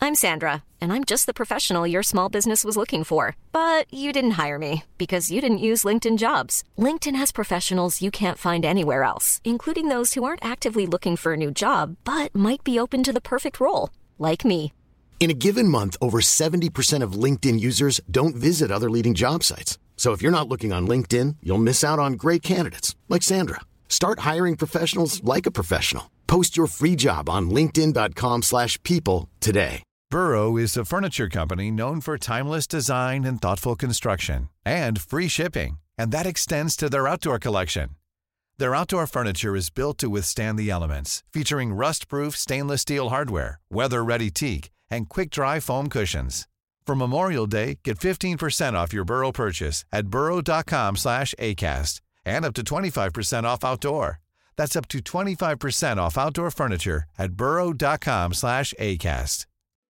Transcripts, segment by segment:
I'm Sandra, and I'm just the professional your small business was looking for. But you didn't hire me because you didn't use LinkedIn Jobs. LinkedIn has professionals you can't find anywhere else, including those who aren't actively looking for a new job, but might be open to the perfect role, like me. In a given month, over 70% of LinkedIn users don't visit other leading job sites. So if you're not looking on LinkedIn, you'll miss out on great candidates like Sandra. Start hiring professionals like a professional. Post your free job on linkedin.com/people today. Burrow is a furniture company known for timeless design and thoughtful construction and free shipping, and that extends to their outdoor collection. Their outdoor furniture is built to withstand the elements, featuring rust-proof stainless steel hardware, weather-ready teak, and quick-dry foam cushions. For Memorial Day, get 15% off your Burrow purchase at burrow.com/acast and up to 25% off outdoor. That's up to 25% off outdoor furniture at burrow.com/acast.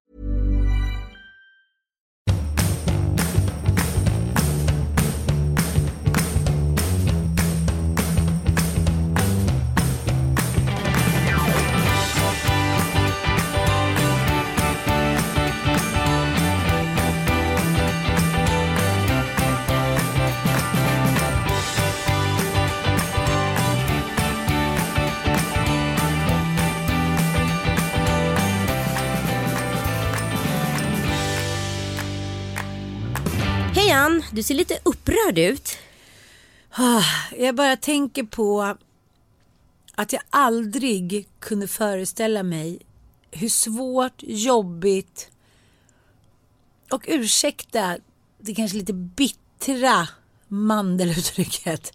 Hej Ann, du ser lite upprörd ut. Jag bara tänker på att jag aldrig kunde föreställa mig hur svårt, jobbigt och ursäkta det kanske lite bittra mandeluttrycket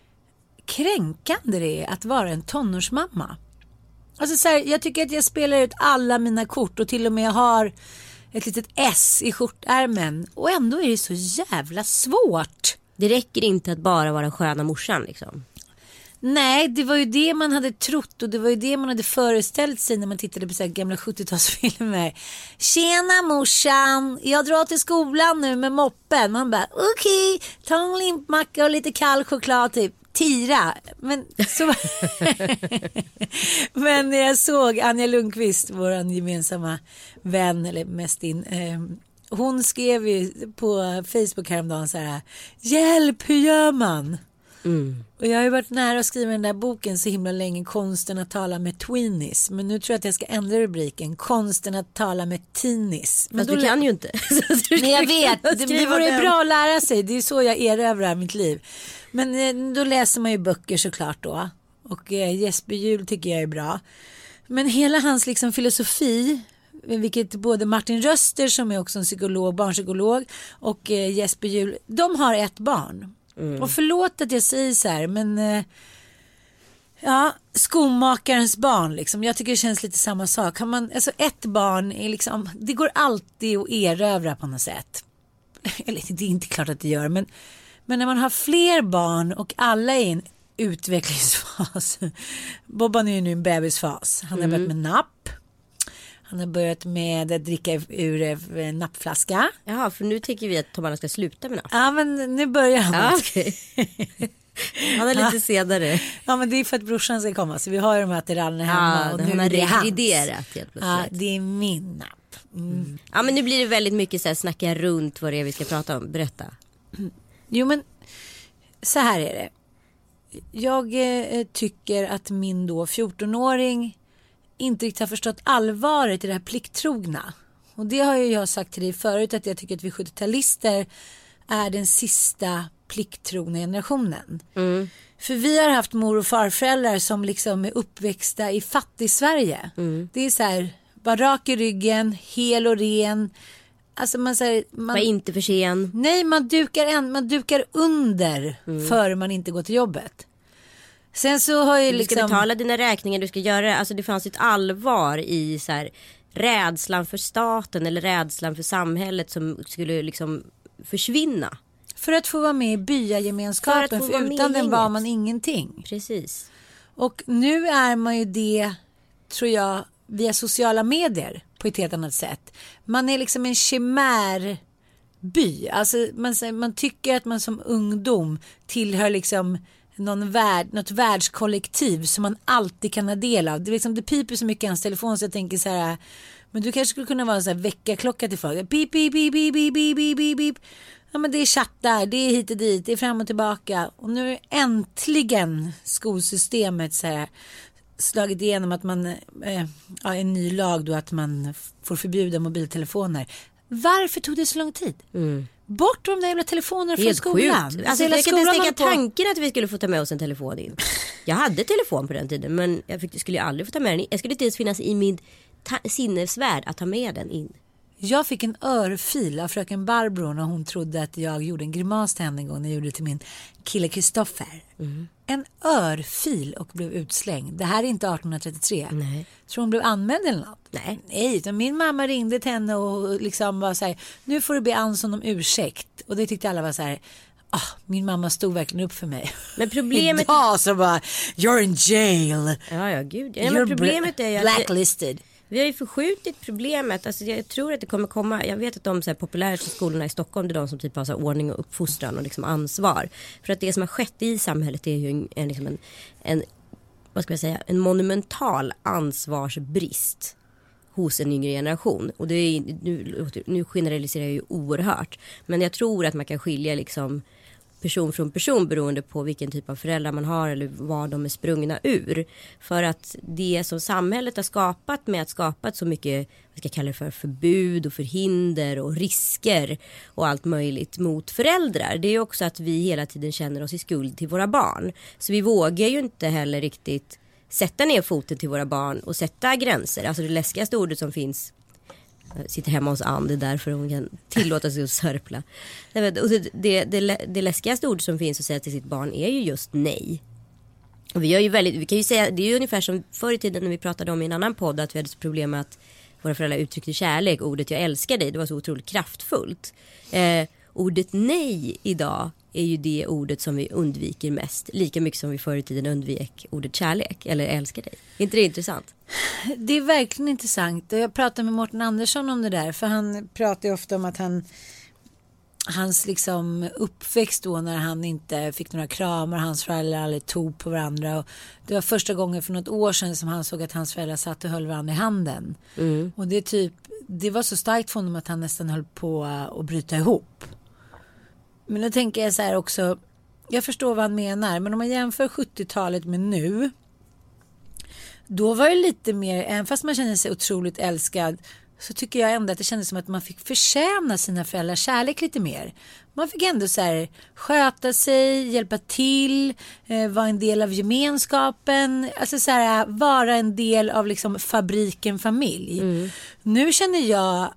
kränkande det är att vara en tonårsmamma. Alltså så här, jag tycker att jag spelar ut alla mina kort och till och med har ett litet S i skjortärmen och ändå är det så jävla svårt. Det räcker inte att bara vara sköna morsan liksom. Nej, det var ju det man hade trott och det var ju det man hade föreställt sig när man tittade på så här gamla 70-talsfilmer. Tjena morsan, jag drar till skolan nu med moppen. Man bara okej, ta en limpmacka och lite kall choklad typ. Tira. Men så men när jag såg Anja Lundqvist, vår gemensamma vän eller mest hon skrev ju på Facebook häromdagen så här: hjälp, hur gör man? Och jag har ju varit nära att skriva den där boken så himla länge, konsten att tala med tweenies. Men nu tror jag att jag ska ändra rubriken, konsten att tala med teenies. Men du kan ju inte. Nej, jag vet, det vore bra att lära sig. Det är så jag erövrar mitt liv. Men då läser man ju böcker såklart då. Och Jesper Juhl tycker jag är bra. Men hela hans liksom filosofi, vilket både Martin Röster som är också en psykolog, barnpsykolog, och Jesper Juhl, de har ett barn. Och förlåt att jag säger så här, men ja, skomakarens barn liksom. Jag tycker det känns lite samma sak. Alltså ett barn är liksom, det går alltid att erövra på något sätt. Eller det är inte klart att det gör, men när man har fler barn och alla är i en utvecklingsfas. Bobban är ju nu i en bebisfas. Han har börjat med napp. Han har börjat med att dricka ur nappflaska. Jaha, för nu tycker vi att Tomarna ska sluta med napp. Ja, men nu börjar han. Ja, okay. Han är lite senare. Ja, men det är för att brorsan ska komma. Så vi har ju de här attirallerna hemma. Ja, och nu är det reviderat helt plötsligt. Ja, det är min napp. Ja, men nu blir det väldigt mycket så här, snacka runt vad det är vi ska prata om. Berätta. Jo, men så här är det. Jag tycker att min då 14-åring inte riktigt har förstått allvaret i det här plikttrogna. Och det har ju jag sagt till dig förut, att jag tycker att vi 70-talister är den sista plikttrogna generationen. För vi har haft mor- och farföräldrar som liksom är uppväxta i fattig Sverige. Det är så här, bara rak i ryggen, hel och ren. Alltså man säger, var inte för sen. Nej, man dukar under för man inte går till jobbet. Sen så har ju du ska betala dina räkningar, du ska göra, alltså det fanns ett allvar i så här rädslan för staten eller rädslan för samhället som skulle liksom försvinna. För att få vara med i byagemenskapen, för utan den var man ingenting. Precis. Och nu är man ju det, tror jag, via sociala medier på ett helt annat sätt. Man är liksom en chimärby. Alltså man tycker att man som ungdom tillhör liksom något världskollektiv som man alltid kan ha del av. Det är liksom, det piper så mycket i hans telefon så jag tänker så här, Men du kanske skulle kunna vara en sån här väckarklocka till folk. Pip, pip, pip, pip, pip, pip, pip, pip, pip. Ja, men det är chattar, det är hit och dit, det är fram och tillbaka. Och nu är äntligen skolsystemet så här slagit igenom att man en ny lag då att man får förbjuda mobiltelefoner. Varför tog det så lång tid? Bort de där jävla telefonerna från skolan. Sjukt. Alltså, jag kan inte tänka tanken att vi skulle få ta med oss en telefon in. Jag hade telefon på den tiden, men jag skulle aldrig få ta med den in. Jag skulle inte ens finnas i min sinnesvärld att ta med den in. Jag fick en örfil av fröken Barbro när hon trodde att jag gjorde en grimas till henne en gång när jag gjorde det till min kille Kristoffer. En örfil och blev utslängd. Det här är inte 1833. Nej. Tror hon blev anmäld eller något? Nej, min mamma ringde till henne och liksom var så här, nu får du be Anson om ursäkt. Och det tyckte alla var så här, min mamma stod verkligen upp för mig. Men problemet... Idag så bara, you're in jail. Ja, gud. Ja, men problemet är ju blacklisted. Vi har ju förskjutit problemet. Alltså jag tror att det kommer komma. Jag vet att de så här populäraste skolorna i Stockholm, det är de som typ har så här ordning och uppfostran och liksom ansvar. För att det som har skett i samhället är ju vad ska jag säga, en monumental ansvarsbrist hos en yngre generation. Och det är, nu generaliserar jag ju oerhört. Men jag tror att man kan skilja liksom person från person beroende på vilken typ av föräldrar man har eller vad de är sprungna ur. För att det som samhället har skapat med att skapa så mycket, vad ska jag kalla det för, förbud och förhinder och risker och allt möjligt mot föräldrar. Det är också att vi hela tiden känner oss i skuld till våra barn. Så vi vågar ju inte heller riktigt sätta ner foten till våra barn och sätta gränser. Alltså det läskigaste ordet som finns, jag sitter hemma hos Ann, det är därför hon kan tillåta sig att sörpla. Och det läskigaste ord som finns att säga till sitt barn är ju just nej. Och vi kan ju säga, det är ju ungefär som förr i tiden när vi pratade om i en annan podd att vi hade problem med att våra föräldrar uttryckte kärlek. Ordet jag älskar dig, det var så otroligt kraftfullt. Ordet nej idag är ju det ordet som vi undviker mest. Lika mycket som vi förr i tiden undvek ordet kärlek eller älskar dig. Är inte det intressant? Det är verkligen intressant. Jag pratade med Mårten Andersson om det där. För han pratar ju ofta om att hans liksom uppväxt då när han inte fick några kramar. Hans föräldrar aldrig tog på varandra. Och det var första gången för något år sedan som han såg att hans föräldrar satt och höll varandra i handen. Och det var så starkt för honom att han nästan höll på att bryta ihop. Men då tänker jag så här också, jag förstår vad han menar, men om man jämför 70-talet med nu, då var det lite mer, även fast man känner sig otroligt älskad, så tycker jag ändå att det kändes som att man fick förtjäna sina föräldrars kärlek lite mer. Man fick ändå så här sköta sig, hjälpa till, vara en del av gemenskapen, alltså så här vara en del av liksom fabriken familj. Nu känner jag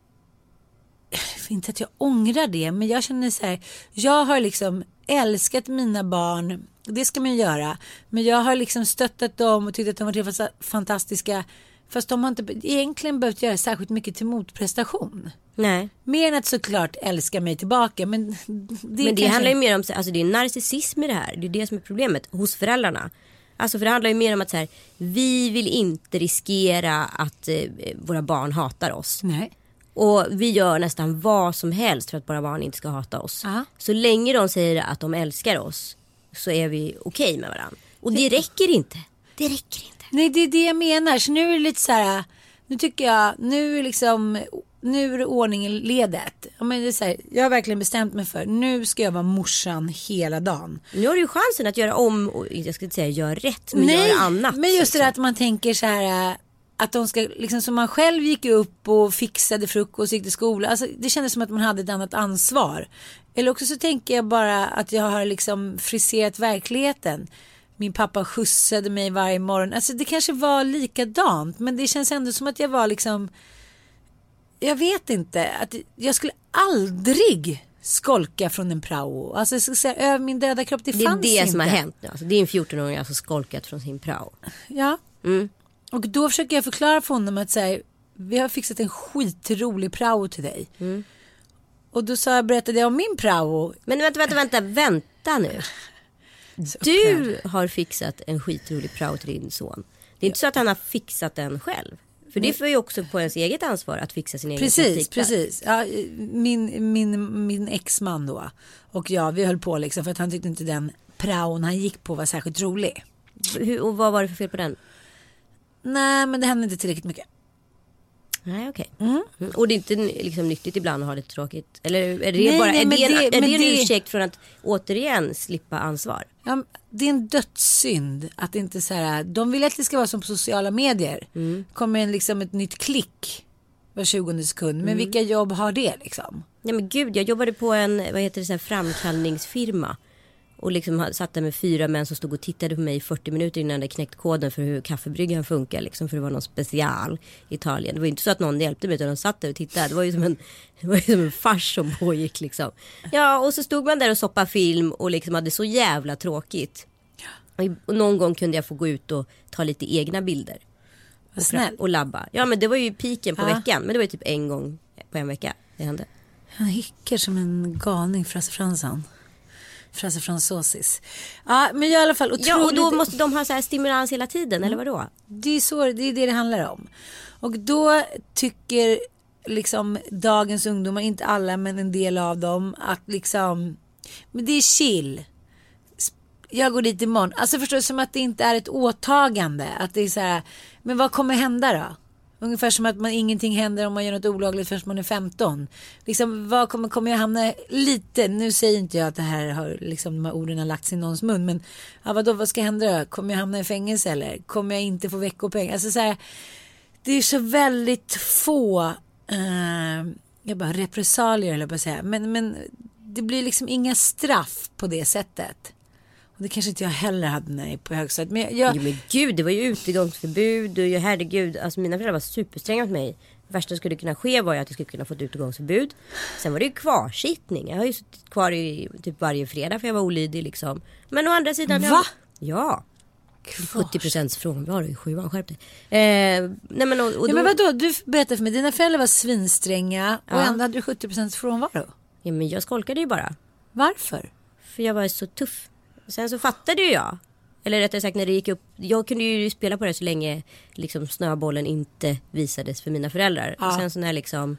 inte att jag ångrar det, men jag känner så här, jag har liksom älskat mina barn, det ska man göra, men jag har liksom stöttat dem och tyckt att de var fantastiska, fast de har inte egentligen behövt göra särskilt mycket till motprestation. Nej. Mer än att såklart älska mig tillbaka, men det handlar ju mer om, alltså det är narcissism i det här, det är det som är problemet hos föräldrarna. Alltså för det handlar ju mer om att så här, vi vill inte riskera att våra barn hatar oss. Nej. Och vi gör nästan vad som helst för att våra barn inte ska hata oss. Så länge de säger att de älskar oss så är vi okej med varandra. Och det räcker inte. Det räcker inte. Nej, det är det jag menar. Så nu är det lite så här, nu tycker jag, nu är det ordning i ledet. Men det är så här, jag har verkligen bestämt mig för, nu ska jag vara morsan hela dagen. Nu har du ju chansen att göra om, och jag ska inte säga göra rätt, men göra annat. Men just det där att man tänker så här, att de ska, liksom som man själv gick upp och fixade frukost och gick till skolan. Alltså, det kändes som att man hade ett annat ansvar. Eller också så tänker jag bara att jag har liksom friserat verkligheten. Min pappa skjutsade mig varje morgon. Alltså det kanske var likadant, men det känns ändå som att jag var liksom, jag vet inte, att jag skulle aldrig skolka från en prao. Alltså jag ska säga, över min döda kropp, det fanns inte. Det är det som har hänt nu. Alltså, det är en 14-åring som skolkat från sin prao. Ja. Och då försöker jag förklara för honom att säga, vi har fixat en skitrolig prao till dig. Och då berättade jag om min prao. Men vänta nu. Du har fixat en skitrolig prao till din son. Det är inte så att han har fixat den själv. För det får ju också på ens eget ansvar att fixa sin egen praktikplats. Precis. Ja, min exman då och jag, vi höll på liksom för att han tyckte inte den praon han gick på var särskilt rolig. Och vad var det för fel på den? Nej, men det hände inte tillräckligt mycket. Nej, okej. Och det är inte liksom nyttigt ibland att ha det tråkigt? Eller är det en ursäkt från att återigen slippa ansvar? Ja, det är en dödssynd att inte så här. De vill att det ska vara som på sociala medier. Kommer liksom ett nytt klick var 20:e sekund. Men vilka jobb har det liksom? Nej men gud, jag jobbade på en framkallningsfirma. Och liksom satt där med 4 män som stod och tittade på mig i 40 minuter innan det knäckt koden för hur kaffebryggan funkar. Liksom, för det var någon special i Italien. Det var inte så att någon hjälpte mig utan de satt där och tittade. Det var ju som en fars som pågick liksom. Ja, och så stod man där och soppade film och liksom hade så jävla tråkigt. Och någon gång kunde jag få gå ut och ta lite egna bilder. Och labba. Ja, men det var ju piken på veckan. Men det var ju typ en gång på en vecka det hände. Han hickar som en galning, Frasse Fransson. Frasse Fransosis. Ja, men i alla fall otroligt... Ja, och då måste de ha så här stimulans hela tiden, eller vadå? Det är det handlar om. Och då tycker liksom dagens ungdomar, inte alla men en del av dem, att liksom, men det är chill. Jag går dit imorgon. Alltså förstår du, som att det inte är ett åtagande. Att det är så här, men vad kommer hända då? Ungefär som att ingenting händer om man gör något olagligt förrän man är 15. Liksom, vad kommer jag hamna lite... Nu säger inte jag att det här har, liksom, de här orden har lagts i någons mun. Men vad ska hända då? Kommer jag hamna i fängelse eller? Kommer jag inte få veckopeng? Alltså så här, det är så väldigt få repressalier, eller bara säga. Men det blir liksom inga straff på det sättet. Det kanske inte jag heller hade på högstadiet. Men gud, det var ju utegångsförbud. Och herregud, alltså mina föräldrar var superstränga mot mig. Det värsta som skulle kunna ske var ju att jag skulle kunna få ett utegångsförbud. Sen var det ju kvarsittning. Jag har ju suttit kvar i typ varje fredag för jag var olydig liksom. Men å andra sidan... Va? Ja. 70% frånvaro i 7an, skärp dig. Nej, men, men vadå? Du berättade för mig, dina föräldrar var svinstränga och ändå hade du 70% frånvaro. Ja, men jag skolkade ju bara. Varför? För jag var så tuff. Sen så fattade ju jag. Eller rättare sagt när det gick upp. Jag kunde ju spela på det så länge liksom snöbollen inte visades för mina föräldrar. Och sen så när liksom...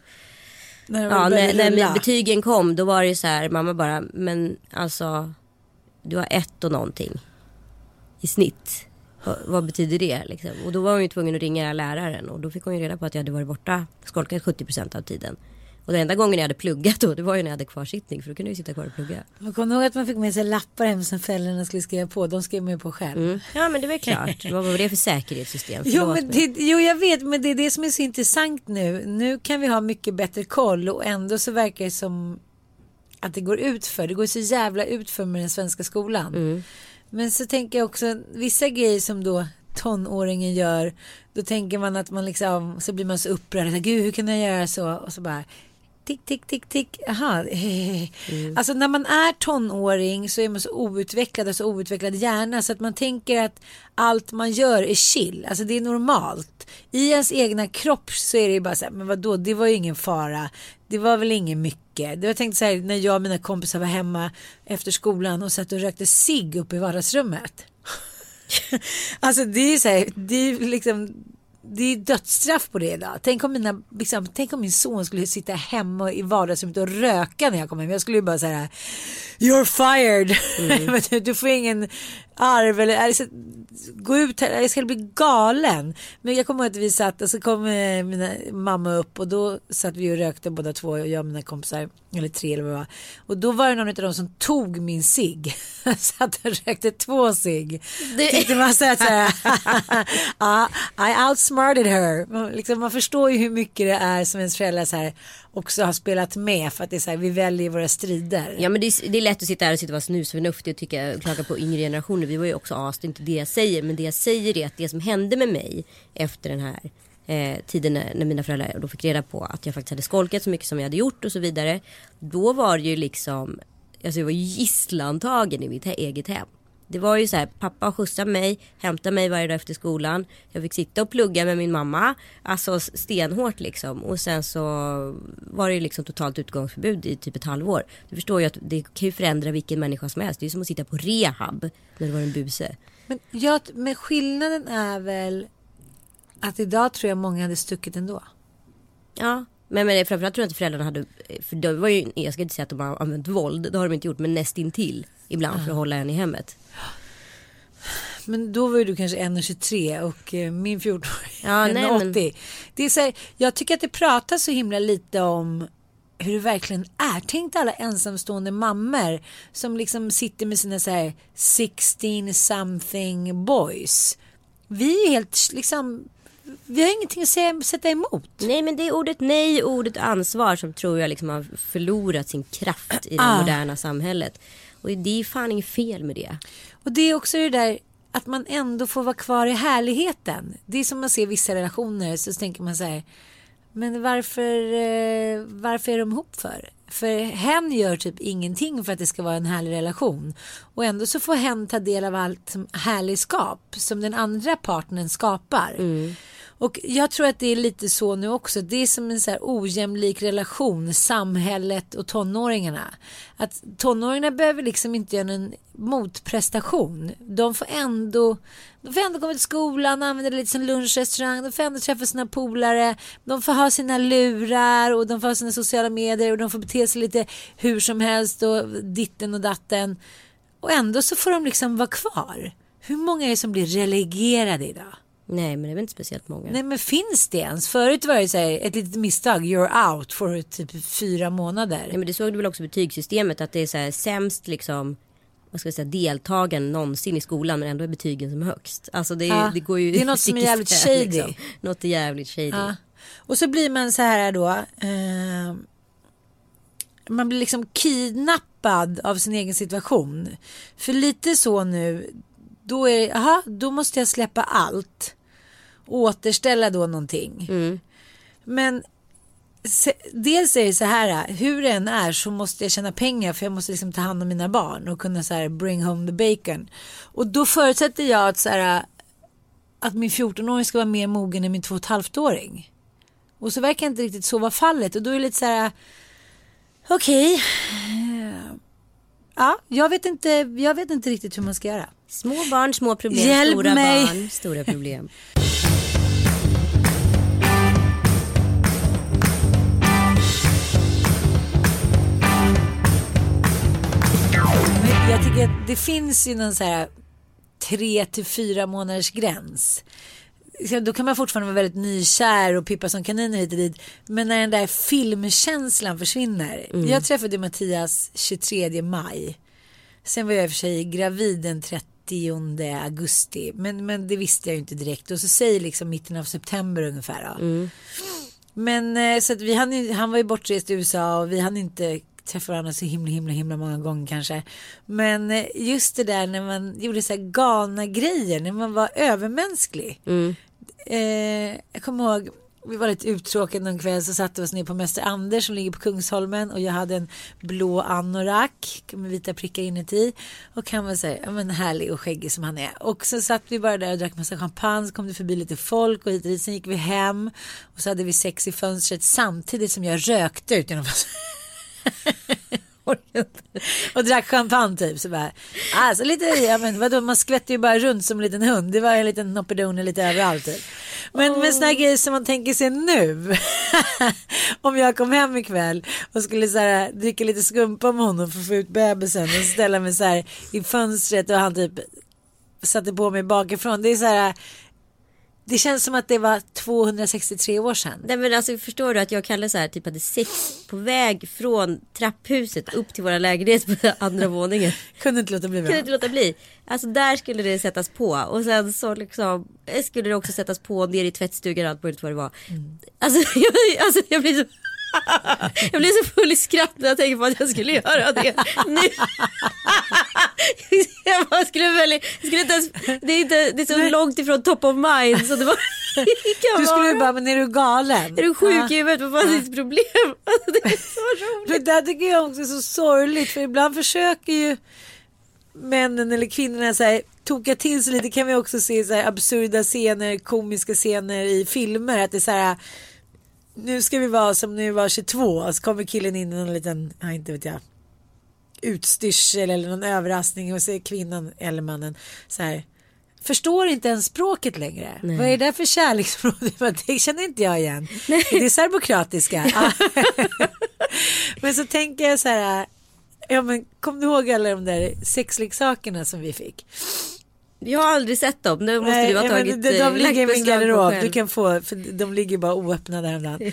När betygen kom, då var det så här, mamma bara, men alltså du har 1 och någonting i snitt. Vad betyder det liksom? Och då var hon ju tvungen att ringa läraren. Och då fick hon ju reda på att jag hade varit borta, skolkat 70% av tiden. Och den enda gången jag hade pluggat då, det var ju när jag hade kvarsittning. För då kunde jag ju sitta kvar och plugga. Man kommer ihåg att man fick med sig lappar hem som föräldrarna skulle skriva på. De skrev med på själv. Ja, men det var klart. Vad var det för säkerhetssystem? Jo, jag vet. Men det är det som är så intressant nu. Nu kan vi ha mycket bättre koll. Och ändå så verkar det som att det går utför. Det går så jävla utför med den svenska skolan. Men så tänker jag också, vissa grejer som då tonåringen gör. Då tänker man att man liksom, så blir man så upprörd. Gud, hur kan jag göra så? Och så bara... Tick, tick, tick, tick. Aha. Alltså när man är tonåring så är man så outvecklad hjärna så att man tänker att allt man gör är chill. Alltså det är normalt. I ens egna kropp så är det ju bara så här, men vadå, det var ju ingen fara. Det var väl ingen mycket. Det var tänkt så här, när jag och mina kompisar var hemma efter skolan och satt och rökte cigg upp i vardagsrummet. Alltså det är så här, det är liksom... Det är dödsstraff på det idag. Tänk om min son skulle sitta hemma i vardagsrummet och röka när jag kommer hem. Jag skulle ju bara säga you're fired. Du får ingen arv eller gå ut här. Jag ska bli galen. Men jag kommer ihåg att vi satt och så kom mina mamma upp och då satt vi och rökte båda två, jag och mina kompisar, eller 3 eller vad det var. Och då var det någon av dem som tog min cigg. Satt och rökte 2 cigg. Tyckte man så här I outsmarted her. Liksom, man förstår ju hur mycket det är som ens föräldrar så här också har spelat med, för att det är så här, vi väljer våra strider. Ja, men det är lätt att sitta här och sitta och vara snusförnuftig och klaga på yngre generationer. Vi var ju också det är inte det jag säger, men det jag säger är att det som hände med mig efter den här tiden när mina föräldrar då fick reda på att jag faktiskt hade skolkat så mycket som jag hade gjort och så vidare, då var det ju liksom, alltså jag var gisslantagen i mitt eget hem. Det var ju så här, pappa skjutsade mig, hämtade mig varje dag efter skolan. Jag fick sitta och plugga med min mamma, alltså stenhårt liksom. Och sen så var det ju liksom totalt utgångsförbud i typ ett halvår. Du förstår ju att det kan ju förändra vilken människa som helst. Det är ju som att sitta på rehab när det var en buse. Men skillnaden är väl att idag tror jag många hade stuckit ändå. Ja, men framförallt tror jag inte föräldrarna hade, för det var ju, jag ska inte säga att de har använt våld, det har de inte gjort, men nästintill ibland för att hålla en i hemmet. Men då var ju du kanske 1,23 och min 14 1,80. Det är så här, jag tycker att det pratas så himla lite om hur det verkligen är. Tänk alla ensamstående mammor som liksom sitter med sina så här 16 something boys. Vi är helt liksom, vi har ingenting att sätta emot. Nej, men det är ordet nej och ordet ansvar som tror jag liksom har förlorat sin kraft i det moderna samhället. Och det är fan inget fel med det. Och det är också det där att man ändå får vara kvar i härligheten. Det är som man ser vissa relationer, så tänker man så här, men varför är de ihop för? För hen gör typ ingenting för att det ska vara en härlig relation. Och ändå så får hen ta del av allt som härligskap som den andra partnern skapar. Och jag tror att det är lite så nu också. Det är som en så här ojämlik relation, samhället och tonåringarna. Att tonåringarna behöver liksom inte göra en motprestation. De får ändå komma till skolan, använda det lite som lunchrestaurang. De får ändå träffa sina polare. De får ha sina lurar och de får ha sina sociala medier. Och de får bete sig lite hur som helst och ditten och datten. Och ändå så får de liksom vara kvar. Hur många är det som blir relegerade idag? Nej, men det är väl inte speciellt många. Nej, men finns det ens? Förut var det så här, ett litet misstag, you're out för typ 4 månader. Nej, men det såg du väl också i betygssystemet att det är så här sämst liksom, vad ska jag säga, deltagen någonsin i skolan, men ändå är betygen som högst. Alltså det går ju, det är något som är jävligt shady. Liksom. Något är jävligt shady. Ja. Och så blir man så här då, man blir liksom kidnappad av sin egen situation. För lite så nu, då måste jag släppa allt. Återställa då någonting. Men dels är det så här, hur det än är så måste jag tjäna pengar, för jag måste liksom ta hand om mina barn och kunna så här bring home the bacon. Och då förutsätter jag att så här, att min 14-åring ska vara mer mogen än min 2,5-åring. Och så verkar inte riktigt så vara fallet. Och då är det lite så här, okej. Ja, jag vet inte riktigt hur man ska göra. Små barn, små problem. Hjälp stora mig. Barn, stora problem. Jag tycker att det finns ju någon så här 3 till 4 månaders gräns. Då kan man fortfarande vara väldigt nykär och pippa som kaniner hit och dit. Men när den där filmkänslan försvinner. Jag träffade Mattias 23 maj. Sen var jag i och för sig gravid den 30 augusti. Men det visste jag ju inte direkt. Och så säger liksom mitten av september ungefär. Men så att han var ju bortrest i USA och vi hann inte träffa varandra så himla många gånger kanske. Men just det där när man gjorde så här galna grejer, när man var övermänsklig. Jag kommer ihåg, vi var lite uttråkade någon kväll, så satte vi oss ner på Mäster Anders som ligger på Kungsholmen, och jag hade en blå anorak med vita prickar inuti, och han var så här, ja, men härlig och skäggig som han är. Och så satt vi bara där och drack massa champagne, så kom det förbi lite folk och hit och dit. Sen gick vi hem och så hade vi sex i fönstret samtidigt som jag rökte ut genom och drack champagne typ, så bara, alltså lite, ja men vadå, man skvätter ju bara runt som en liten hund. Det var en liten noppedone lite överallt typ. Men såna grejer som man tänker sig nu. Om jag kom hem ikväll och skulle så här, dricka lite skumpa med honom för att få ut bebisen och ställa mig så här i fönstret och han typ satte på mig bakifrån. Det är så här, det känns som att det var 263 år sedan. Nej, men alltså, förstår du att jag kallar så här, typ hade sex på väg från trapphuset upp till våra lägenhet på andra våningen. Kunde inte låta bli. Alltså där skulle det sättas på. Och sen så liksom skulle det också sättas på ner i tvättstugan och allt möjligt vad det var. Alltså jag blir så... Jag blir så full i skratt när jag tänker på att jag skulle göra det nu. Jag bara skulle inte ens, det är så långt ifrån top of mind, så det var, du skulle ju bara, men är du galen? Är du sjuk i huvudet? Vad är ditt problem? Alltså, det är så roligt. Det där tycker jag också är så sorgligt, för ibland försöker ju männen eller kvinnorna så här, toka till sig lite. Kan vi också se så här absurda scener, komiska scener i filmer, att det är så här, nu ska vi vara som nu var 22, så kommer killen in i någon liten, inte vet jag, utstyrsel eller någon överraskning, och så är kvinnan eller mannen så här, förstår inte ens språket längre. Nej. Vad är det för kärleksspråk? Det känner inte jag igen. Nej. Det är serbokratiska. Men så tänker jag så här, ja men kom du ihåg alla de där sexleksakerna som vi fick? Jag har aldrig sett dem. Nu måste du ha tagit. De ligger i min garderob. Du kan få, för de ligger bara oöppnade häromdagen.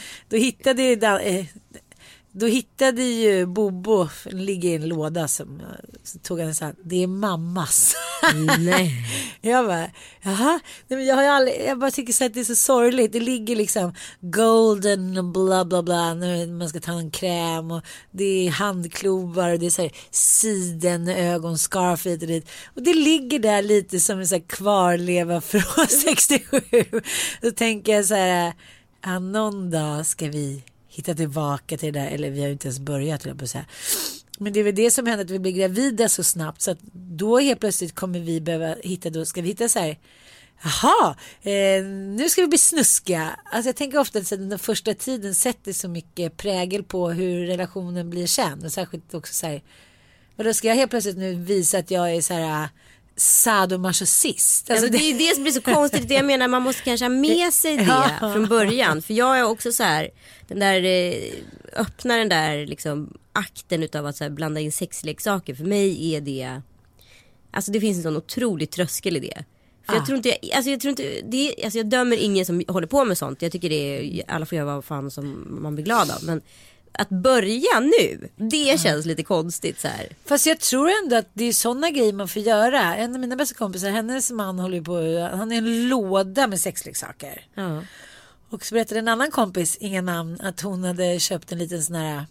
Då hittade ju Bobo, ligger i en låda som tog han så här, det är mammas. Nej. Jag bara, jaha. Nej, men jag bara tycker så att det är så sorgligt. Det ligger liksom golden och bla bla bla när man ska ta en kräm och det är handklovar och det är så här siden, ögonscarf hit och dit. Och det ligger där lite som en så här kvarleva från 67. Då tänker jag så här, någon dag ska vi hitta tillbaka till det där, eller vi har ju inte ens börjat på så här. Men det är väl det som händer, att vi blir gravida så snabbt så att då helt plötsligt kommer vi behöva hitta, då ska vi hitta så här, jaha, nu ska vi bli snuska. Alltså jag tänker ofta att den första tiden sätter så mycket prägel på hur relationen blir sen, och särskilt också så här, och då ska jag helt plötsligt nu visa att jag är så här sadomasochist. Alltså det är ju det som blir så konstigt. Det jag menar, man måste kanske ha med sig det från början. För jag är också så här, den där öppna den där liksom akten utav att så här blanda in sexleksaker. För mig är det, alltså det finns en sån otrolig tröskel i det. För jag tror inte jag dömer ingen som håller på med sånt. Jag tycker det är, alla får göra vad fan som man blir glad av, men att börja nu, det känns lite konstigt så här. Fast jag tror ändå att det är sådana grejer man får göra. En av mina bästa kompisar, hennes man håller på, han är en låda med sexleksaker. Ja. Och så berättade en annan kompis, ingen namn, att hon hade köpt en liten sån här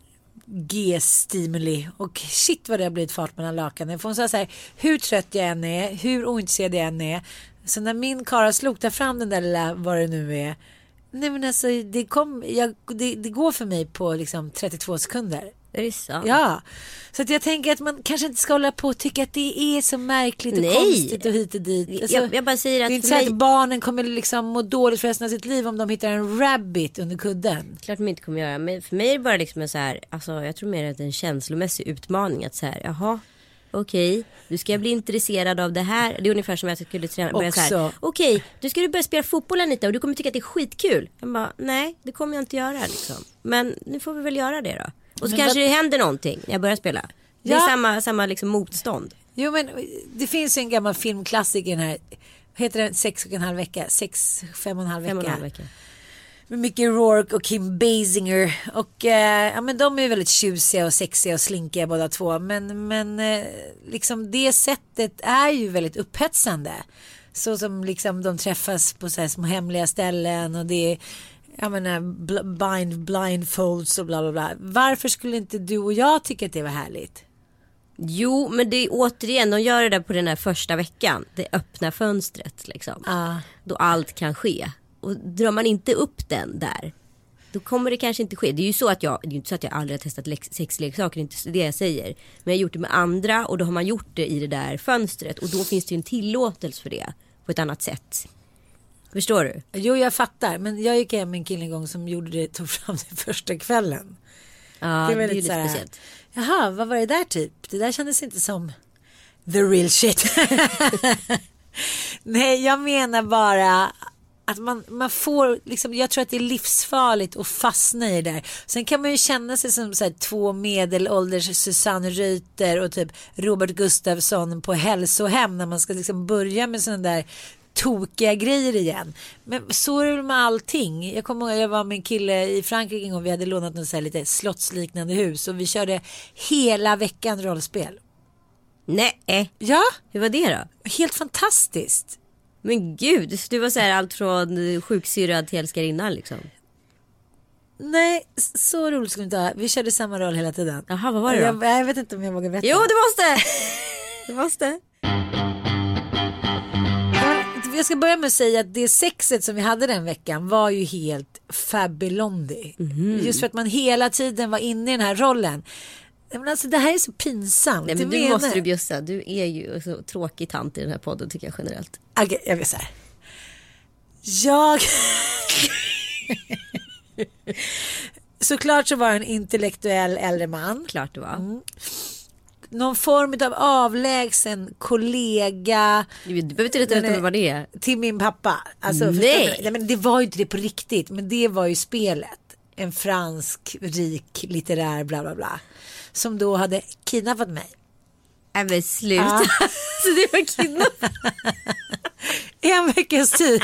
G-stimuli. Och shit vad det har blivit fart mellan lakanen. För hon sa så här, hur trött jag än är, hur ointresserad jag än är. Så när min kara slog fram den där lilla, vad det nu är. Nej men alltså det går för mig på liksom 32 sekunder. Det är sant. Ja, så att jag tänker att man kanske inte ska hålla på och tycka att det är så märkligt och konstigt och hit och dit. Alltså, jag bara säger att det är inte så att barnen kommer liksom må dåligt för resten av sitt liv om de hittar en rabbit under kudden. Klart de inte kommer göra, men för mig är det bara liksom en så här, alltså jag tror mer att det är en känslomässig utmaning att så här, jaha. Okej, nu ska jag bli intresserad av det här. Det är ungefär som att jag skulle börja så här. Okej, du ska börja spela fotboll Anita och du kommer tycka att det är skitkul. Jag bara, nej, det kommer jag inte göra liksom. Men nu får vi väl göra det då. Och så kanske det händer någonting när jag börjar spela. Det är samma liksom motstånd. Jo, men det finns en gammal filmklassiker här. Heter den 6,5 vecka? 5,5 vecka. Med Mickey Rourke och Kim Basinger. Och men de är väldigt tjusiga och sexiga och slinkiga båda två. Men liksom det sättet är ju väldigt upphetsande. Så som liksom de träffas på så här små hemliga ställen. Och det är, jag menar, blindfolds och bla bla bla. Varför skulle inte du och jag tycka att det var härligt? Jo, men det är återigen, de gör det där på den här första veckan. Det öppna fönstret liksom. Då allt kan ske. Och drar man inte upp den där, då kommer det kanske inte ske. Det är ju så att det är inte så att jag aldrig har testat sexleksaker, det är inte det jag säger. Men jag har gjort det med andra och då har man gjort det i det där fönstret. Och då finns det ju en tillåtelse för det på ett annat sätt. Förstår du? Jo, jag fattar. Men jag gick hem med en kille en gång som tog fram det första kvällen. Ja, det är ju lite speciellt. Jaha, vad var det där typ? Det där kändes inte som the real shit. Nej, jag menar bara att man får liksom, jag tror att det är livsfarligt att fastna i det där. Sen kan man ju känna sig som så här, två medelålders Susanne Reuter och typ Robert Gustafsson på hälsohem när man ska liksom börja med sådana där tokiga grejer igen. Men så är det med allting. Jag kommer ihåg, jag var med en kille i Frankrike en gång, vi hade lånat något så här lite slottsliknande hus och vi körde hela veckan rollspel. Nej. Ja. Hur var det då? Helt fantastiskt. Men gud, du var så här allt från sjuksyrad till älskarinnan liksom. Nej, så roligt skulle inte ha. Vi körde samma roll hela tiden. Jaha, vad var det då? Jag vet inte om jag vågar berätta. Jo, det måste. Det måste. Jag ska börja med att säga att det sexet som vi hade den veckan var ju helt fabulondi. Just för att man hela tiden var inne i den här rollen. Men alltså det här är så pinsamt. Nej, men du måste du bjussa. Du är ju så tråkig tant i den här podden tycker jag generellt. Okej, jag vill säga. Jag... Såklart så var en intellektuell äldre man. Klart det var. Någon form av avlägsen kollega. Du behöver inte rätta vad det är. Till min pappa. Alltså, nej, men det var ju inte det på riktigt. Men det var ju spelet. En fransk, rik, litterär, bla bla bla. Som då hade kidnappat mig. Men sluta. Så det var kidnapp. 1 veckas tid.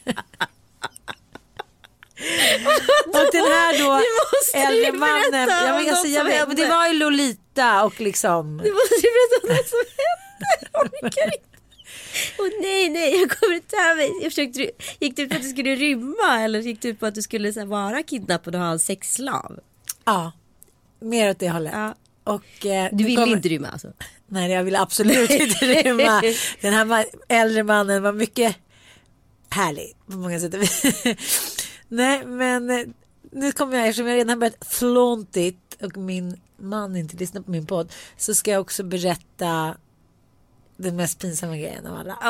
Och den här då äldre mannen, men det var ju Lolita och liksom. Du måste ju berätta om något som hände. Nej, jag kommer inte över mig. Gick du på att du skulle rymma eller gick du på att du skulle så här, vara kidnappad och ha en sexslav? Ja, mer åt det hållet. Ja. Och, du ville inte rymma alltså? Nej, jag ville absolut inte rymma. Den här äldre mannen var mycket härlig på många sätt. Nej, men nu kommer jag, eftersom jag redan börjat flaunt it och min man inte lyssnar på min podd, så ska jag också berätta den mest pinsamma grejen av alla.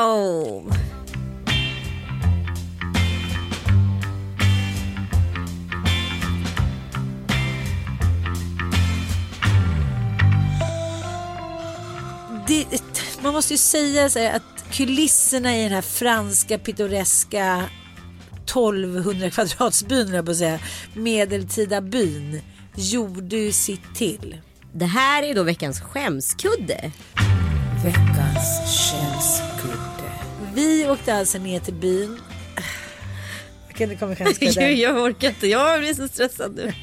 Man måste ju säga så här, att kulisserna i den här franska pittoreska 1200 kvadratsbyn, jag på säga, medeltida byn, gjorde ju sitt till. Det här är då veckans skämskudde. Veckans skämskudde. Vi åkte alltså ner till byn. Kan det komma skämskudde? Jag orkar inte, jag blir så stressad nu.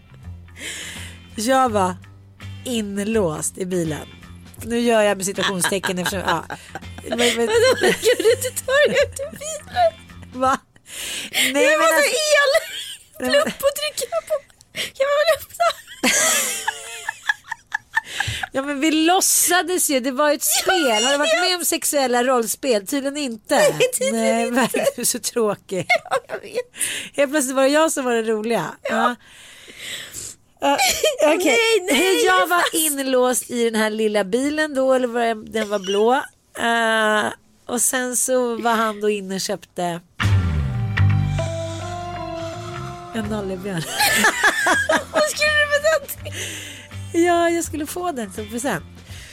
Jag var inlåst i bilen. Nu gör jag med situationstecken eftersom, ja. Men då kan du inte ta dig ut ur bilen. Va? Nej, jag måste plupp och trycka på. Jag vill öppna. Ja, men vi låtsades ju, det var ett spel. Har du varit med om sexuella rollspel? Tydligen inte. Nej, verkligen, du är så tråkig. Ja, jag vet. Helt plötsligt var det jag som var det roliga. Ja. Okay. Nej, jag var inlåst i den här lilla bilen då, eller var den var blå. Och sen så var han då inne och köpte en nallebjörn. Vad skulle du med den? Ja, jag skulle få den som present.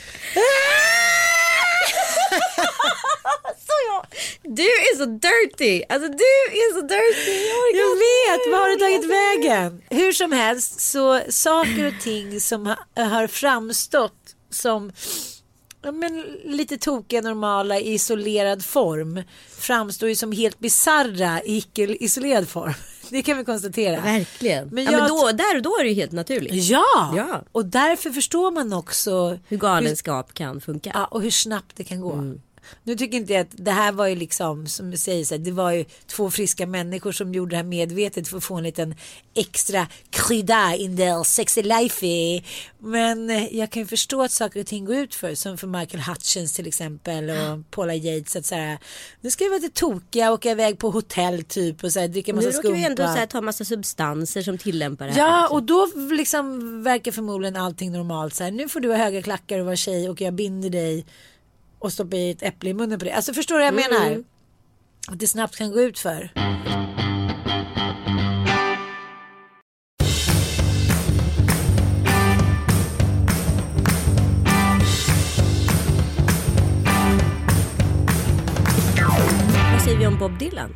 Du är så dirty. Alltså du är så dirty. Jag vet, vad har du tagit vägen? Hur som helst, så saker och ting som har framstått som lite tokiga, normala, isolerad form framstår ju som helt bizarra i icke-isolerad form. Det kan vi konstatera. Verkligen. Men, men då är det ju helt naturligt. Ja, och därför förstår man också hur galenskap kan funka. Ja, och hur snabbt det kan gå. Nu tycker inte jag att det här var ju liksom, som du säger så här, det var ju 2 friska människor som gjorde det här medvetet för att få en liten extra krydda in their sexy life. Men jag kan ju förstå att saker och ting går ut för, som för Michael Hutchins till exempel och Paula Yates, att så här, nu ska vi vara lite tokiga, åka iväg på hotell typ och så här, dricka massa skumpa. Nu råkar vi ändå så här, ta massa substanser som tillämpar det här. Ja, liksom. Och då liksom verkar förmodligen allting normalt så här, nu får du ha höga klackar och vara tjej och jag binder dig och stoppa i ett äpple i munnen på det. Alltså förstår du vad jag menar? Att det snabbt kan gå ut för. Vad säger vi om Bob Dylan?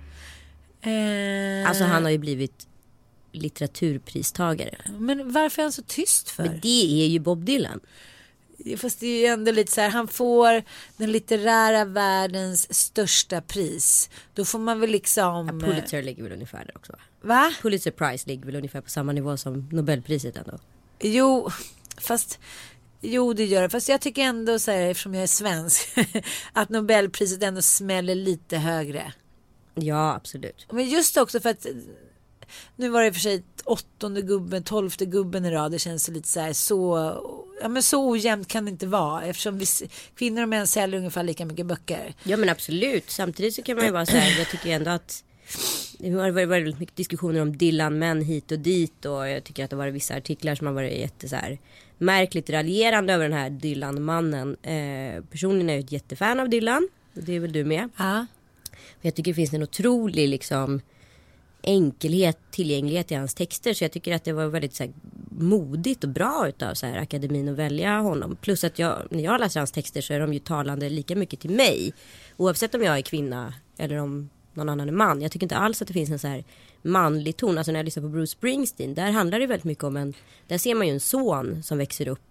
Alltså han har ju blivit litteraturpristagare. Men varför är han så tyst för? Men det är ju Bob Dylan. Fast det är ju ändå lite så här, han får den litterära världens största pris. Då får man väl liksom... Ja, Pulitzer ligger väl ungefär där också, va? Va? Pulitzer Prize ligger väl ungefär på samma nivå som Nobelpriset ändå. Jo, det gör det. Fast jag tycker ändå så här, eftersom jag är svensk, att Nobelpriset ändå smäller lite högre. Ja, absolut. Men just också för att nu var det för sig 8:e gubben, 12:e gubben i rad. Det känns lite så här, så ojämnt kan det inte vara, eftersom kvinnor och män säljer ungefär lika mycket böcker. Ja, men absolut. Samtidigt så kan man ju vara så här, jag tycker ändå att det har varit väldigt mycket diskussioner om Dylan-män hit och dit, och jag tycker att det var vissa artiklar som har varit jätte så här märkligt raljerande över den här Dylan-mannen. Personligen är jag ett jättefan av Dylan, och det är väl du med? Ja. Jag tycker det finns en otrolig liksom enkelhet, tillgänglighet i hans texter, så jag tycker att det var väldigt så här modigt och bra utav så här akademin att välja honom. Plus att när jag läser hans texter så är de ju talande lika mycket till mig, oavsett om jag är kvinna eller om någon annan är man. Jag tycker inte alls att det finns en så här manlig ton. Alltså när jag lyssnar på Bruce Springsteen, där handlar det väldigt mycket om där ser man ju en son som växer upp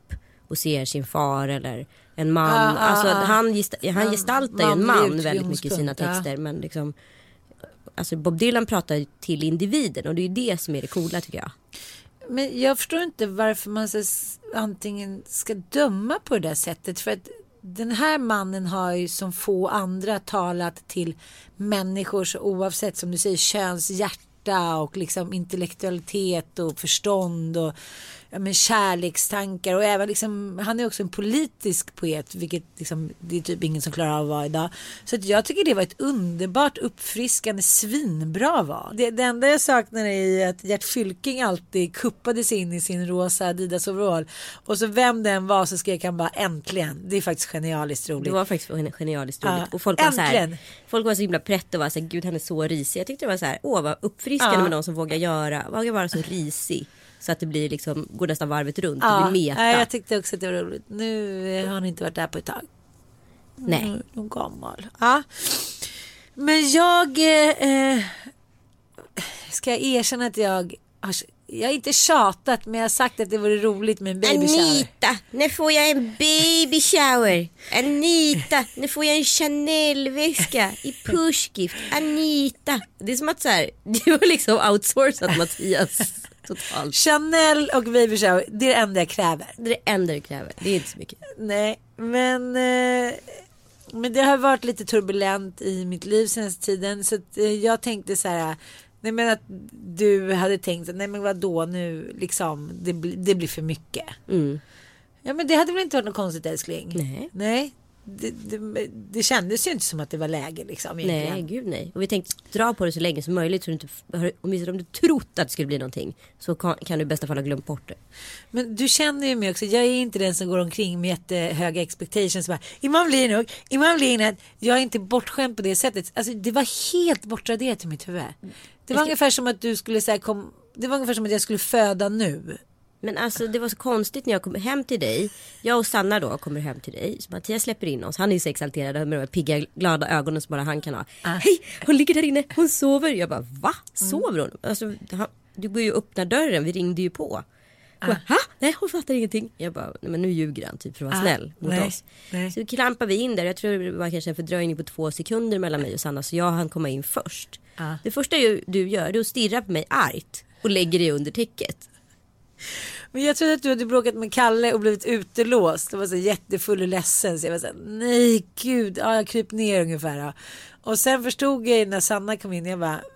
och ser sin far eller en man. Alltså han gestaltar ju en man väldigt mycket i sina texter. Men liksom, alltså Bob Dylan pratar till individen och det är ju det som är det coola tycker jag. Men jag förstår inte varför man så antingen ska döma på det där sättet. För att den här mannen har ju som få andra talat till människor så oavsett som du säger köns, hjärta och liksom intellektualitet och förstånd och kärlekstankar och även liksom, han är också en politisk poet vilket liksom, det är typ ingen som klarar av att vara idag. Så att jag tycker det var ett underbart uppfriskande svinbra val. Det enda jag saknar är att Gert Fylking alltid kuppade sig in i sin rosa Adidas overall och så vem den var så skrek han bara äntligen. Det är faktiskt genialiskt roligt. Det var faktiskt genialiskt roligt och folk var så här, folk var så himla prätt och var så här, gud han är så risig. Jag tyckte det var så här, vad uppfriskande med någon som vågar vara så risig. Så att det blir liksom, går nästan varvet runt. Det blir meta. Jag tyckte också att det var roligt. Nu har han inte varit där på ett tag. Nej. Någon gammal. Ja. Men jag ska jag erkänna att jag har inte tjatat men jag har sagt att det vore roligt med en baby shower. Anita, när får jag en baby shower? Anita, när får jag en Chanel-väska i pushgift? Anita. Det är som att så här, det var liksom outsourcat Mattias. Totalt. Chanel och baby shower, det är det enda jag kräver. Det är det enda du kräver, det är inte så mycket. Nej, men det har varit lite turbulent i mitt liv senaste tiden. Så att jag tänkte så här, nej men att du hade tänkt, nej men vadå nu liksom, det blir för mycket. Ja men det hade väl inte varit något konstigt älskling. Nej. Det kändes ju inte som att det var läge liksom egentligen. Nej, gud nej. Och vi tänkte dra på det så länge som möjligt så du inte, om du trott att det skulle bli någonting så kan du i bästa fall ha glömt bort det. Men du känner ju mig också, jag är inte den som går omkring med jättehöga expectations bara, imorgon blir det. Jag är inte bortskämd på det sättet. Alltså det var helt bortraderat i mitt huvud. Det var ungefär som att du skulle säga det var ungefär som att jag skulle föda nu. Men alltså det var så konstigt när jag kom hem till dig. Jag och Sanna då kommer hem till dig. Så Mattias släpper in oss. Han är ju så exalterad med de pigga glada ögonen som bara han kan ha. Hej, hon ligger där inne, hon sover. Jag bara, va? Sover hon? Alltså, du går ju och öppnar dörren, vi ringde ju på. Nej, hon fattar ingenting. Jag bara, nej, men nu ljuger han typ för att vara snäll mot oss. Nej. Så klampar vi in där. Jag tror det var kanske en fördröjning på 2 sekunder mellan mig och Sanna. Så jag hann komma in först. Det första du gör är att stirra på mig argt och lägger dig under täcket. Men jag trodde att du hade bråkat med Kalle och blivit utelåst. Det var så jättefull och ledsen. Så jag var så här, nej gud, jag kryp ner ungefär. Och sen förstod jag när Sanna kom in. Jag bara,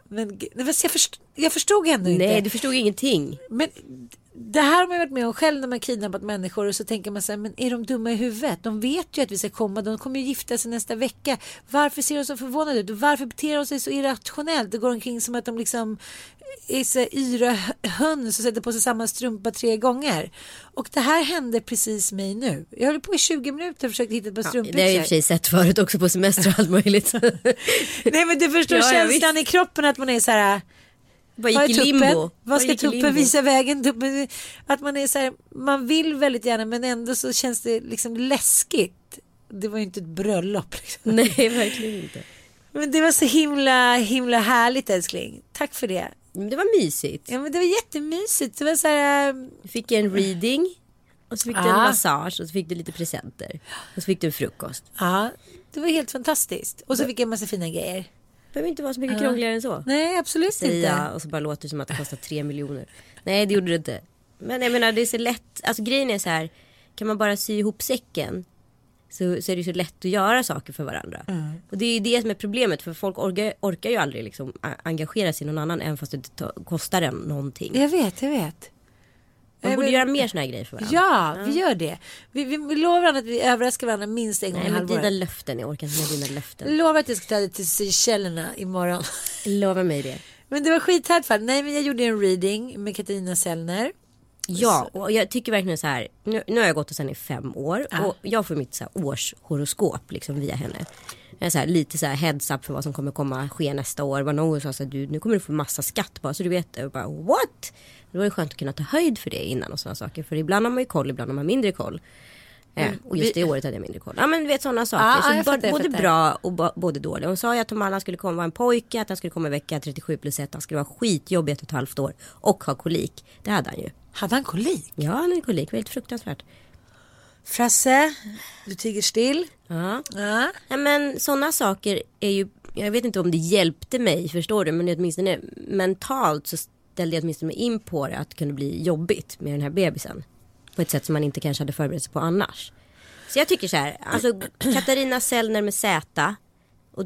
jag förstod ändå inte. Nej, du förstod ingenting. Men det här har man varit med om själv när man kidnappat människor. Och så tänker man så här, men är de dumma i huvudet? De vet ju att vi ska komma. De kommer ju gifta sig nästa vecka. Varför ser de så förvånade ut? Och varför beter de sig så irrationellt? Det går omkring som att de liksom är så yra höns och sätter på sig samma strumpa 3 gånger. Och det här hände precis mig nu. Jag höll på i 20 minuter och försökte hitta ett par strumpbyxor. Det har jag i och för sig sett förut också på semester och allt möjligt. Nej men du förstår känslan i kroppen att man är så här. Vad gick i limbo? Vad ska tuppen visa vägen? Att man är så här, man vill väldigt gärna men ändå så känns det liksom läskigt. Det var ju inte ett bröllop liksom. Nej, verkligen inte. Men det var så himla härligt älskling. Tack för det. Men det var mysigt. Ja men det var jättemysigt. Det var så här, du fick en reading och så fick du en massage och så fick du lite presenter och så fick du en frukost. Ja, det var helt fantastiskt. Och så fick jag en massa fina grejer. Det behöver inte vara så mycket krångligare än så. Nej, absolut inte. Och så bara låter det som att det kostar 3 miljoner. Nej, det gjorde det inte. Men jag menar, det är så lätt. Alltså grejen är så här, kan man bara sy ihop säcken så är det så lätt att göra saker för varandra. Och det är det som är problemet. För folk orkar ju aldrig liksom engagera sig i någon annan även fast det kostar en någonting. Jag vet. Man borde göra mer såna här grejer för varandra. Ja, vi gör det. Vi lovar att vi överraskar varandra minst en gång i halvåret. Nej, men dina löften, jag orkar inte med dina löften. Lovar att jag ska ta det till Seychellerna imorgon. Lova mig det. Men det var skithärligt fall. Nej, men jag gjorde en reading med Katarina Sellner. Ja, och jag tycker verkligen så här. Nu har jag gått och sen i 5 år. Och jag får mitt så här årshoroskop liksom via henne. Jag är så här, lite så här heads up för vad som kommer ske nästa år. Var någon sa så här, nu kommer du få massa skatt bara. Så du vet, jag bara, what? Då är det skönt att kunna ta höjd för det innan och sådana saker. För ibland har man ju koll, ibland har man mindre koll. Och just det året hade jag mindre koll. Ja men du vet sådana saker. Så både bra och både dåliga. Hon sa ju att Tom Allan skulle komma vara en pojke. Att han skulle komma i vecka 37+1. Han skulle vara skitjobbig 1,5 år. Och ha kolik. Det hade han ju. Hade han kolik? Ja, han hade kolik. Väldigt fruktansvärt. Frasse, du tiger still. Ja. Men sådana saker är ju, jag vet inte om det hjälpte mig, förstår du, men åtminstone mentalt så ställde jag åtminstone mig in på det, att det kunde bli jobbigt med den här bebisen på ett sätt som man inte kanske hade förberett sig på annars. Så jag tycker så här, alltså Katarina Sellner med Z och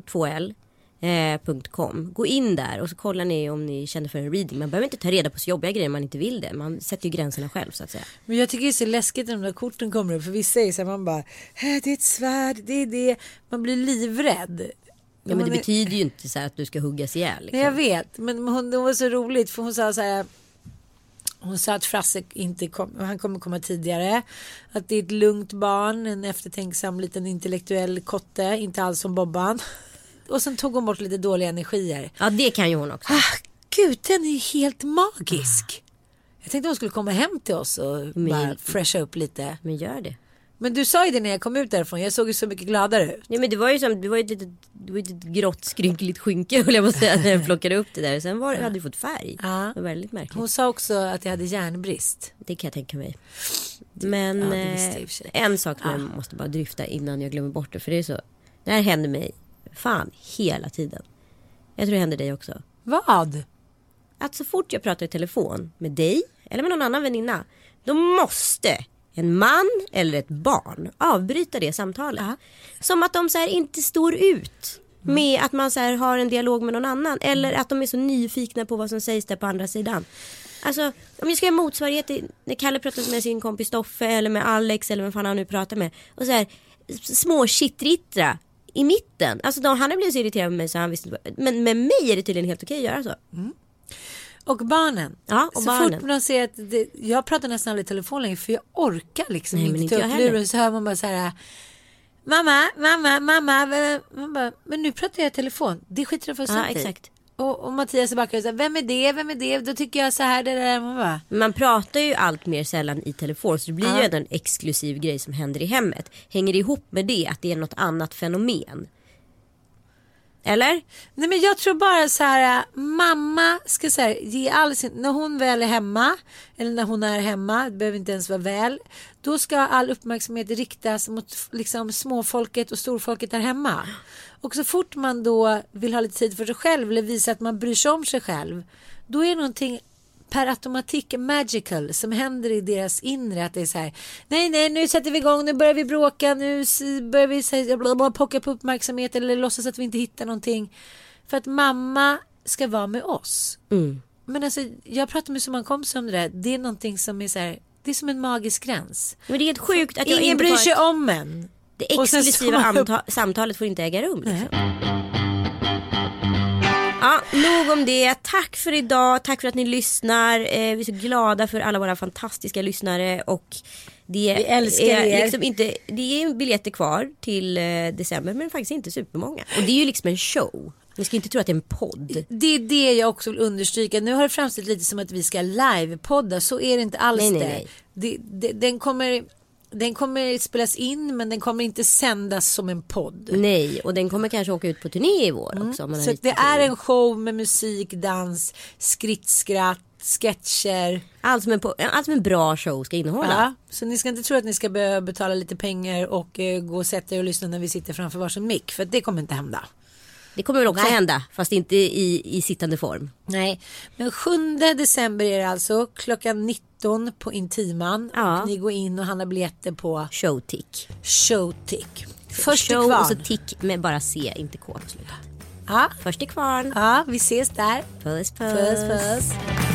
2L.com. Gå in där och så kollar ni om ni känner för en reading. Man behöver inte ta reda på så jobbiga grejer man inte vill det. Man sätter ju gränserna själv så att säga. Men jag tycker det är så läskigt när de där korten kommer upp. För vissa är så här, man bara, det är ett svärd, det är det. Man blir livrädd. Ja, men det betyder ju inte så här att du ska huggas ihjäl. Liksom. Nej, jag vet, men det var så roligt för hon sa så här. Hon sa att Frasse inte han kommer komma tidigare. Att det är ett lugnt barn, en eftertänksam liten intellektuell kotte, inte alls som Bobban. Och sen tog hon bort lite dåliga energier. Ja, det kan ju hon också. Gud, den är ju helt magisk. Jag tänkte hon skulle komma hem till oss och bara fresha upp lite. Men gör det. Men du sa ju det när jag kom ut därifrån. Jag såg ju så mycket gladare ut. Nej, men det var ju som, det var ju ett litet grått skrynkligt skynke, höll jag på att säga, när jag plockade upp det där. Sen hade du fått färg. Ja. Det var väldigt märkligt. Hon sa också att jag hade järnbrist. Det kan jag tänka mig. Men en sak som jag måste bara dryfta innan jag glömmer bort det. För det är så, det här händer mig fan hela tiden. Jag tror det händer dig också. Vad? Att så fort jag pratar i telefon med dig eller med någon annan väninna, då måste en man eller ett barn avbryta det samtalet. Som att de så här inte står ut med att man så här har en dialog med någon annan. Eller att de är så nyfikna på vad som sägs där på andra sidan. Alltså, om jag ska ha motsvarighet när Kalle pratar med sin kompis Stoffe eller med Alex eller vem fan han nu pratar med. Och så här, små shitrittra i mitten. Alltså han har blivit så irriterad med mig så han visste. Men med mig är det tydligen helt okej att göra så. Och barnen. Ja, och så barnen. fort man ser att jag pratar nästan aldrig i telefon längre för jag orkar liksom inte ta upp luren, så hör man bara så här: mamma. Man bara, men nu pratar jag i telefon. Det skiter jag för samtidigt. Ja, exakt. Och Mattias är backar och säger, vem är det? Då tycker jag så här, det där. Man pratar ju allt mer sällan i telefon, så det blir ju ändå en exklusiv grej som händer i hemmet. Hänger det ihop med det att det är något annat fenomen? Eller? Nej, men jag tror bara så här, mamma ska så här, ge all sin, när hon väl är hemma eller när hon är hemma, det behöver inte ens vara väl, då ska all uppmärksamhet riktas mot liksom småfolket och storfolket där hemma. Och så fort man då vill ha lite tid för sig själv eller visa att man bryr sig om sig själv, då är det någonting per automatik magical som händer i deras inre, att det är så här: nej, nu sätter vi igång, nu börjar vi bråka, nu börjar vi säga, pocka på uppmärksamhet eller låtsas att vi inte hittar någonting för att mamma ska vara med oss. Men alltså, jag pratar med så många kompisar om det där. Det är någonting som är så här, det är som en magisk gräns. Men det är helt sjukt att ingen bryr sig om en. Det exklusiva samtalet får inte äga rum liksom. Ja, nog om det. Tack för idag. Tack för att ni lyssnar. Vi är så glada för alla våra fantastiska lyssnare. Och vi älskar er. Liksom inte, det är biljetter kvar till december, men faktiskt inte supermånga. Och det är ju liksom en show. Ni ska inte tro att det är en podd. Det är det jag också vill understryka. Nu har det framställt lite som att vi ska live-podda. Så är det inte alls. Nej. Den kommer spelas in, men den kommer inte sändas som en podd. Nej, och den kommer kanske åka ut på turné i vår också. Så det är en show med musik, dans, skrittskratt, sketcher. Allt som en bra show ska innehålla. Ja, så ni ska inte tro att ni ska behöva betala lite pengar och gå och sätta er och lyssna när vi sitter framför varsin mick. För det kommer inte hända. Det kommer väl också hända, fast inte i sittande form. Nej, men 7 december är det alltså klockan 19 på Intiman. Ja. Och ni går in och handlar biljetter på Showtick. Först show och så tick med bara C, inte K på slutet. Ja. Först i kvarn. Ja, vi ses där. Puss.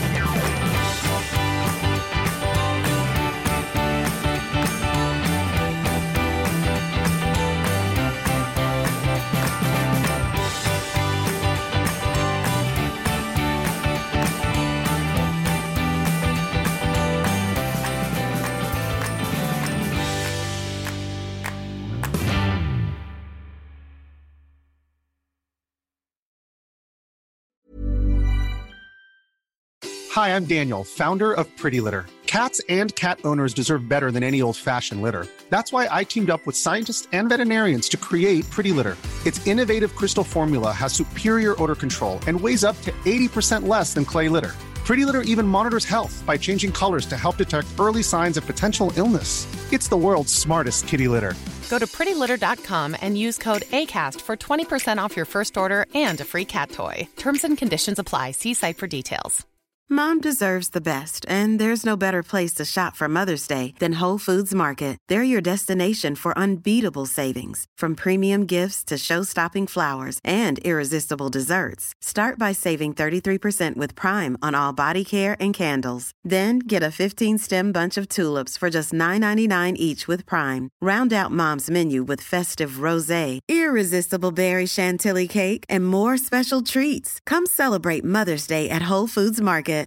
Hi, I'm Daniel, founder of Pretty Litter. Cats and cat owners deserve better than any old-fashioned litter. That's why I teamed up with scientists and veterinarians to create Pretty Litter. Its innovative crystal formula has superior odor control and weighs up to 80% less than clay litter. Pretty Litter even monitors health by changing colors to help detect early signs of potential illness. It's the world's smartest kitty litter. Go to prettylitter.com and use code ACAST for 20% off your first order and a free cat toy. Terms and conditions apply. See site for details. Mom deserves the best, and there's no better place to shop for Mother's Day than Whole Foods Market. They're your destination for unbeatable savings, from premium gifts to show-stopping flowers and irresistible desserts. Start by saving 33% with Prime on all body care and candles. Then get a 15-stem bunch of tulips for just $9.99 each with Prime. Round out Mom's menu with festive rosé, irresistible berry chantilly cake, and more special treats. Come celebrate Mother's Day at Whole Foods Market.